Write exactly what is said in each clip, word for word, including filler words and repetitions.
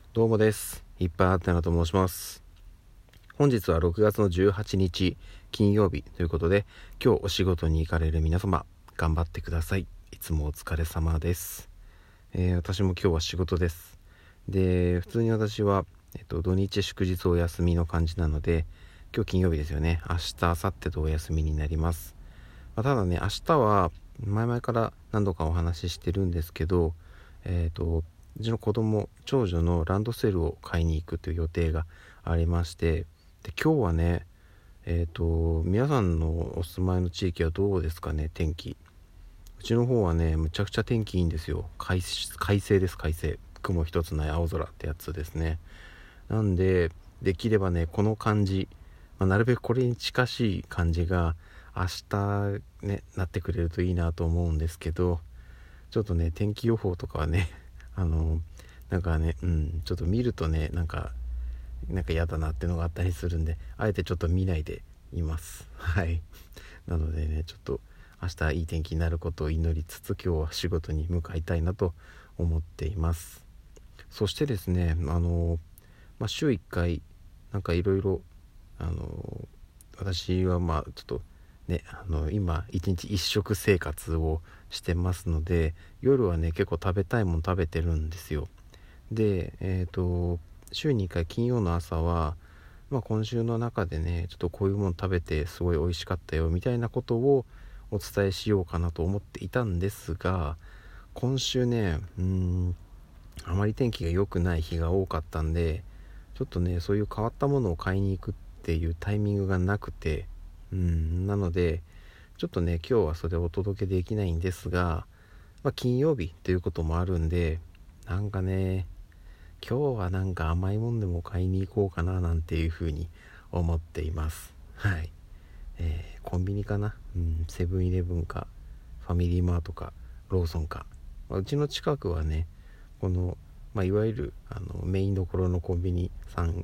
どうもです。いっぱいあったなと申します。本日はろくがつのじゅうはちにち金曜日ということで、今日お仕事に行かれる皆様頑張ってください。いつもお疲れ様です。えー、私も今日は仕事です。で、普通に私は、えっと、土日祝日お休みの感じなので、今日金曜日ですよね。明日、明後日とお休みになります。まあ、ただね、明日は前々から何度かお話ししてるんですけど、えっとうちの子供長女のランドセルを買いに行くという予定がありまして、で今日はねえっ、と皆さんのお住まいの地域はどうですかね。天気、うちの方はねむちゃくちゃ天気いいんですよ。快快晴です。快晴、雲一つない青空ってやつですね。なんでできればねこの感じ、まあ、なるべくこれに近しい感じが明日ねなってくれるといいなと思うんですけど、ちょっとね天気予報とかはねあのなんかねうんちょっと見るとねなんかなんか嫌だなっていうのがあったりするんで、あえてちょっと見ないでいます。はいなのでねちょっと明日いい天気になることを祈りつつ、今日は仕事に向かいたいなと思っています。そしてですねあの、まあ、週いっかいなんかいろいろあの私はまあちょっとねあの今一日一食生活をしてますので、夜はね結構食べたいもの食べてるんですよ。でえっと週にいっかい金曜の朝は、まあ、今週の中でねちょっとこういうもの食べてすごい美味しかったよみたいなことをお伝えしようかなと思っていたんですが、今週ねうーんあまり天気が良くない日が多かったんで、ちょっとねそういう変わったものを買いに行くっていうタイミングがなくて、うんなのでちょっとね今日はそれをお届けできないんですが、まあ、金曜日っていうこともあるんで、なんかね今日はなんか甘いもんでも買いに行こうかななんていうふうに思っています。はい、えー、コンビニかな、うん、セブンイレブンかファミリーマートかローソンか、まあ、うちの近くはねこの、まあ、いわゆるあのメインどころのコンビニ 3,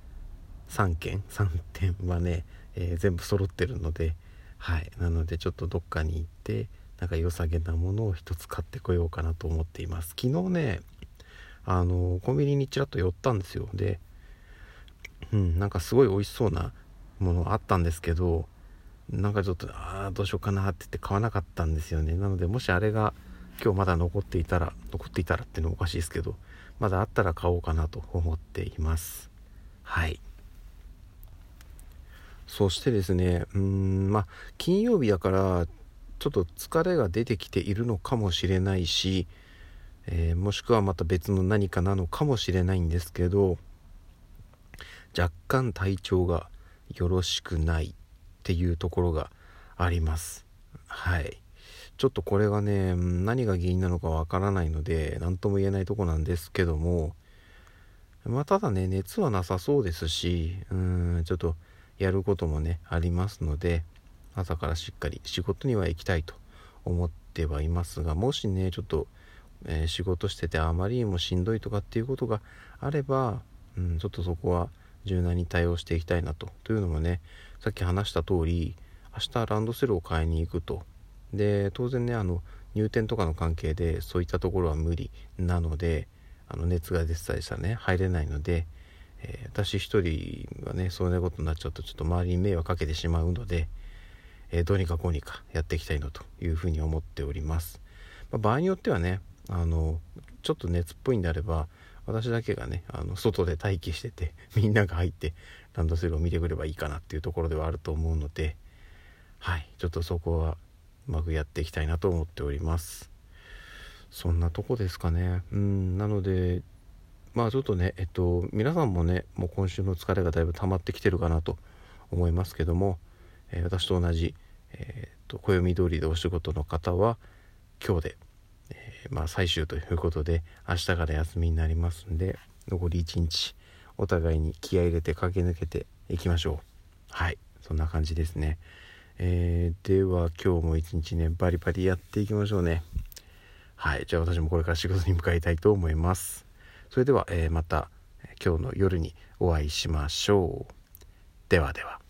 3軒さんてんはね、えー、全部揃ってるので、はいなのでちょっとどっかに行ってなんか良さげなものを一つ買ってこようかなと思っています。昨日ねあのコンビニにちらっと寄ったんですよ。で、うん、なんかすごい美味しそうなものあったんですけど、なんかちょっとああどうしようかなって言って買わなかったんですよね。なのでもしあれが今日まだ残っていたら残っていたらっていうのもおかしいですけど、まだあったら買おうかなと思っています。はい。そしてですねうーんまあ金曜日だからちょっと疲れが出てきているのかもしれないし、えーもしくはまた別の何かなのかもしれないんですけど、若干体調がよろしくないっていうところがあります。はい。ちょっとこれがね何が原因なのかわからないので何とも言えないとこなんですけども、まあただね熱はなさそうですし、うーんちょっとやることもねありますので、朝からしっかり仕事には行きたいと思ってはいますが、もしねちょっと、えー仕事しててあまりにもしんどいとかっていうことがあれば、うん、ちょっとそこは柔軟に対応していきたいなと。というのもねさっき話した通り明日ランドセルを買いに行くと。で当然ねあの入店とかの関係でそういったところは無理なので、あの熱が出てたりしたらね入れないので、えー私一人がねそんなことになっちゃうとちょっと周りに迷惑かけてしまうので、えーどうにかこうにかやっていきたいなというふうに思っております。まあ、場合によってはねあのちょっと熱っぽいんであれば私だけがねあの外で待機しててみんなが入ってランドセルを見てくればいいかなっていうところではあると思うので、はいちょっとそこはうまくやっていきたいなと思っております。そんなとこですかね。うんなのでまあちょっとねえっと皆さんもねもう今週の疲れがだいぶ溜まってきてるかなと思いますけども、えー私と同じ、えーっと暦通りでお仕事の方は今日で、えーまあ最終ということで明日から休みになりますんで、残りいちにちお互いに気合い入れて駆け抜けていきましょう。はいそんな感じですね。えーでは今日も一日ねバリバリやっていきましょうね。はいじゃあ私もこれから仕事に向かいたいと思います。それでは、えーまた今日の夜にお会いしましょう。ではでは。